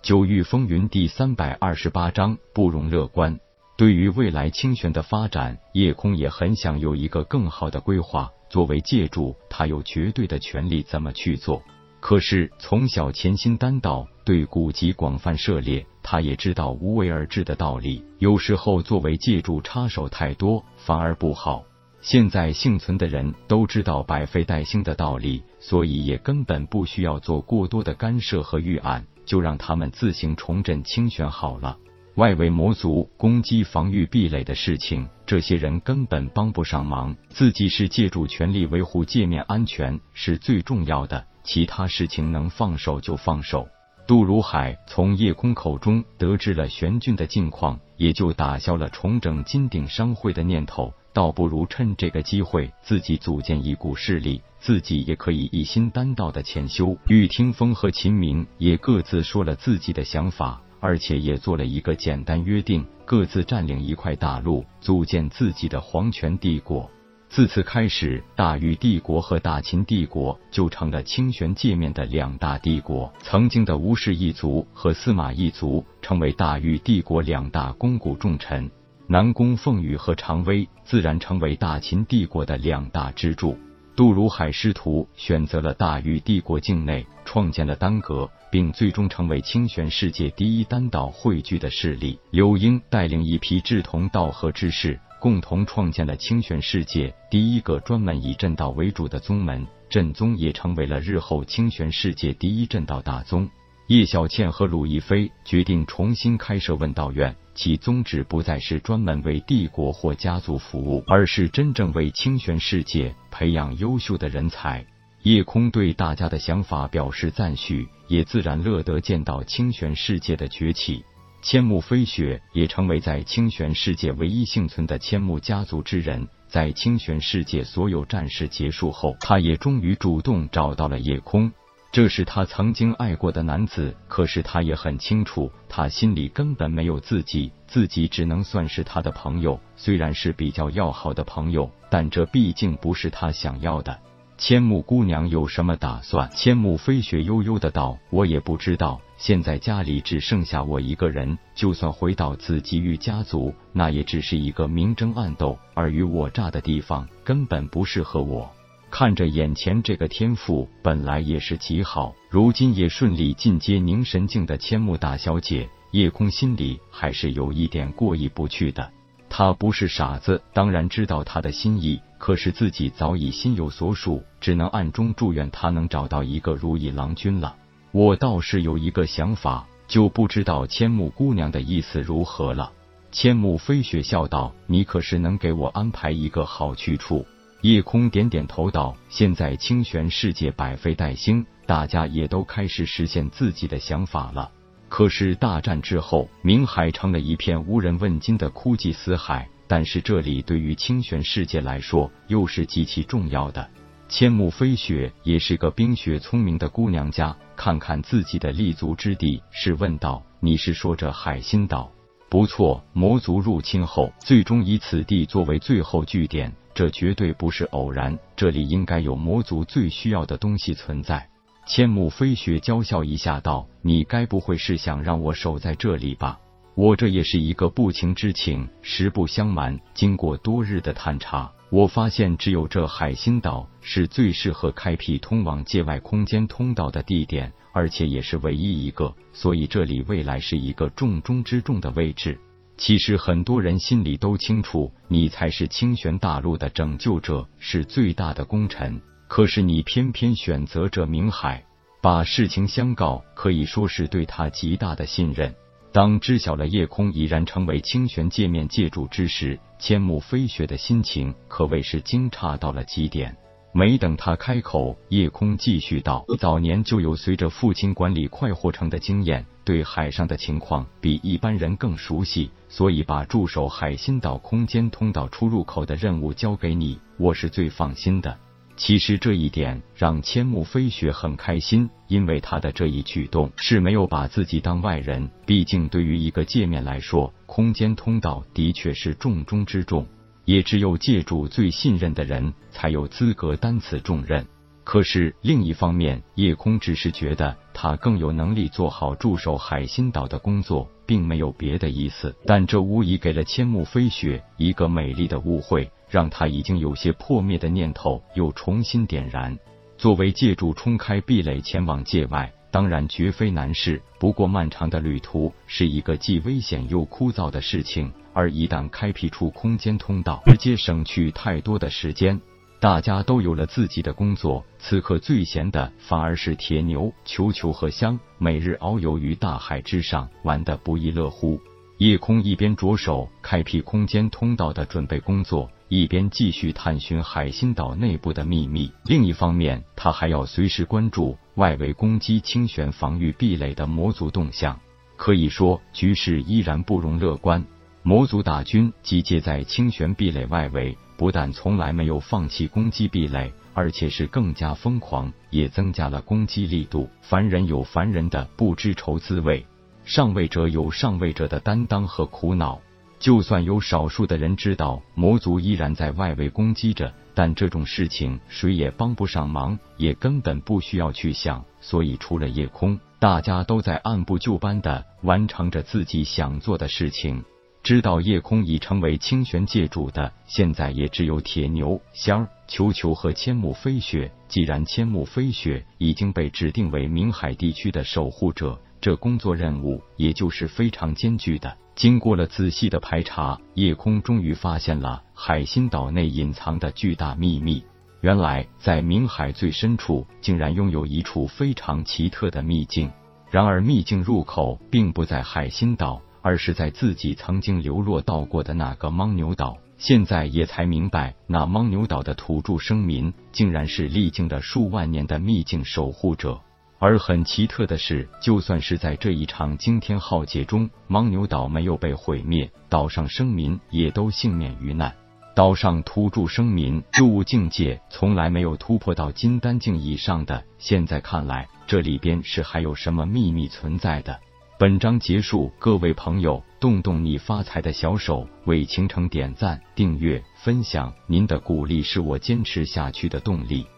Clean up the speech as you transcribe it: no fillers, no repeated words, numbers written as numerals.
九域风云第328章不容乐观。对于未来清玄的发展，叶空也很想有一个更好的规划。作为借助，他有绝对的权利怎么去做。可是从小潜心丹道，对古籍广泛涉猎，他也知道无为而治的道理。有时候作为借助插手太多，反而不好。现在幸存的人都知道百废待兴的道理，所以也根本不需要做过多的干涉和预案，就让他们自行重振清玄好了。外围魔族攻击防御壁垒的事情，这些人根本帮不上忙，自己是借助权力维护界面安全是最重要的，其他事情能放手就放手。杜如海从叶空口中得知了玄俊的近况，也就打消了重整金鼎商会的念头，倒不如趁这个机会自己组建一股势力，自己也可以一心丹道的潜修。玉听风和秦明也各自说了自己的想法，而且也做了一个简单约定，各自占领一块大陆，组建自己的皇权帝国。自此开始，大禹帝国和大秦帝国就成了清玄界面的两大帝国。曾经的吴氏一族和司马一族成为大禹帝国两大肱骨重臣，南宫凤羽和常威自然成为大秦帝国的两大支柱。杜如海师徒选择了大禹帝国境内，创建了丹阁，并最终成为清玄世界第一丹道汇聚的势力。柳英带领一批志同道合之士，共同创建了清玄世界第一个专门以阵道为主的宗门，阵宗也成为了日后清玄世界第一阵道大宗。叶小倩和鲁亦飞决定重新开设问道院，其宗旨不再是专门为帝国或家族服务，而是真正为清玄世界培养优秀的人才。叶空对大家的想法表示赞许，也自然乐得见到清玄世界的崛起。千木飞雪也成为在清玄世界唯一幸存的千木家族之人。在清玄世界所有战事结束后，他也终于主动找到了叶空。这是他曾经爱过的男子，可是他也很清楚，他心里根本没有自己，自己只能算是他的朋友，虽然是比较要好的朋友，但这毕竟不是他想要的。千木姑娘有什么打算？千木飞雪悠悠的道：我也不知道，现在家里只剩下我一个人，就算回到紫极域家族，那也只是一个明争暗斗，尔虞我诈的地方，根本不适合我。看着眼前这个天赋本来也是极好，如今也顺利进阶凝神境的千木大小姐，叶空心里还是有一点过意不去的。他不是傻子，当然知道他的心意，可是自己早已心有所属，只能暗中祝愿他能找到一个如意郎君了。我倒是有一个想法，就不知道千木姑娘的意思如何了。千木飞雪笑道：你可是能给我安排一个好去处？叶空点点头道：现在清玄世界百废待兴，大家也都开始实现自己的想法了。可是大战之后，冥海成了一片无人问津的枯寂死海，但是这里对于清玄世界来说又是极其重要的。千木飞雪也是个冰雪聪明的姑娘家，看看自己的立足之地，是问道：你是说这海心岛？不错，魔族入侵后，最终以此地作为最后据点，这绝对不是偶然，这里应该有魔族最需要的东西存在。千木飞雪娇笑一下道：你该不会是想让我守在这里吧？我这也是一个不情之请。实不相瞒，经过多日的探查，我发现只有这海心岛是最适合开辟通往界外空间通道的地点，而且也是唯一一个，所以这里未来是一个重中之重的位置。其实很多人心里都清楚，你才是清玄大陆的拯救者，是最大的功臣，可是你偏偏选择这冥海，把事情相告，可以说是对他极大的信任。当知晓了叶空已然成为清玄界面借助之时，千木飞雪的心情可谓是惊诧到了极点。没等他开口，叶空继续道：早年就有随着父亲管理快活城的经验，对海上的情况比一般人更熟悉，所以把驻守海心岛空间通道出入口的任务交给你，我是最放心的。其实这一点让千木飞雪很开心，因为他的这一举动是没有把自己当外人，毕竟对于一个界面来说，空间通道的确是重中之重，也只有界主最信任的人才有资格担此重任。 可是另一方面，叶空只是觉得他更有能力做好驻守海心岛的工作，并没有别的意思。但这无疑给了千木飞雪一个美丽的误会，让他已经有些破灭的念头又重新点燃。作为借助冲开壁垒前往界外，当然绝非难事，不过漫长的旅途是一个既危险又枯燥的事情，而一旦开辟出空间通道，直接省去太多的时间。大家都有了自己的工作，此刻最闲的反而是铁牛、球球和香，每日遨游于大海之上，玩得不亦乐乎。叶空一边着手开辟空间通道的准备工作，一边继续探寻海心岛内部的秘密。另一方面，他还要随时关注外围攻击清玄防御壁垒的魔族动向。可以说，局势依然不容乐观。魔族大军集结在清玄壁垒外围，不但从来没有放弃攻击壁垒，而且是更加疯狂，也增加了攻击力度。凡人有凡人的不知愁滋味，上位者有上位者的担当和苦恼。就算有少数的人知道魔族依然在外围攻击着，但这种事情谁也帮不上忙，也根本不需要去想。所以除了夜空，大家都在按部就班地完成着自己想做的事情。知道夜空已成为清玄界主的，现在也只有铁牛、仙儿、球球和千木飞雪。既然千木飞雪已经被指定为冥海地区的守护者，这工作任务也就是非常艰巨的。经过了仔细的排查，夜空终于发现了海心岛内隐藏的巨大秘密。原来在冥海最深处竟然拥有一处非常奇特的秘境。然而秘境入口并不在海心岛，而是在自己曾经流落到过的那个牦牛岛。现在也才明白，那牦牛岛的土著生民竟然是历经了数万年的秘境守护者。而很奇特的是，就算是在这一场惊天浩劫中，牦牛岛没有被毁灭，岛上生民也都幸免于难。岛上土著生民入悟境界从来没有突破到金丹境以上的，现在看来这里边是还有什么秘密存在的。本章结束，各位朋友动动你发财的小手，为倾城点赞、订阅、分享，您的鼓励是我坚持下去的动力。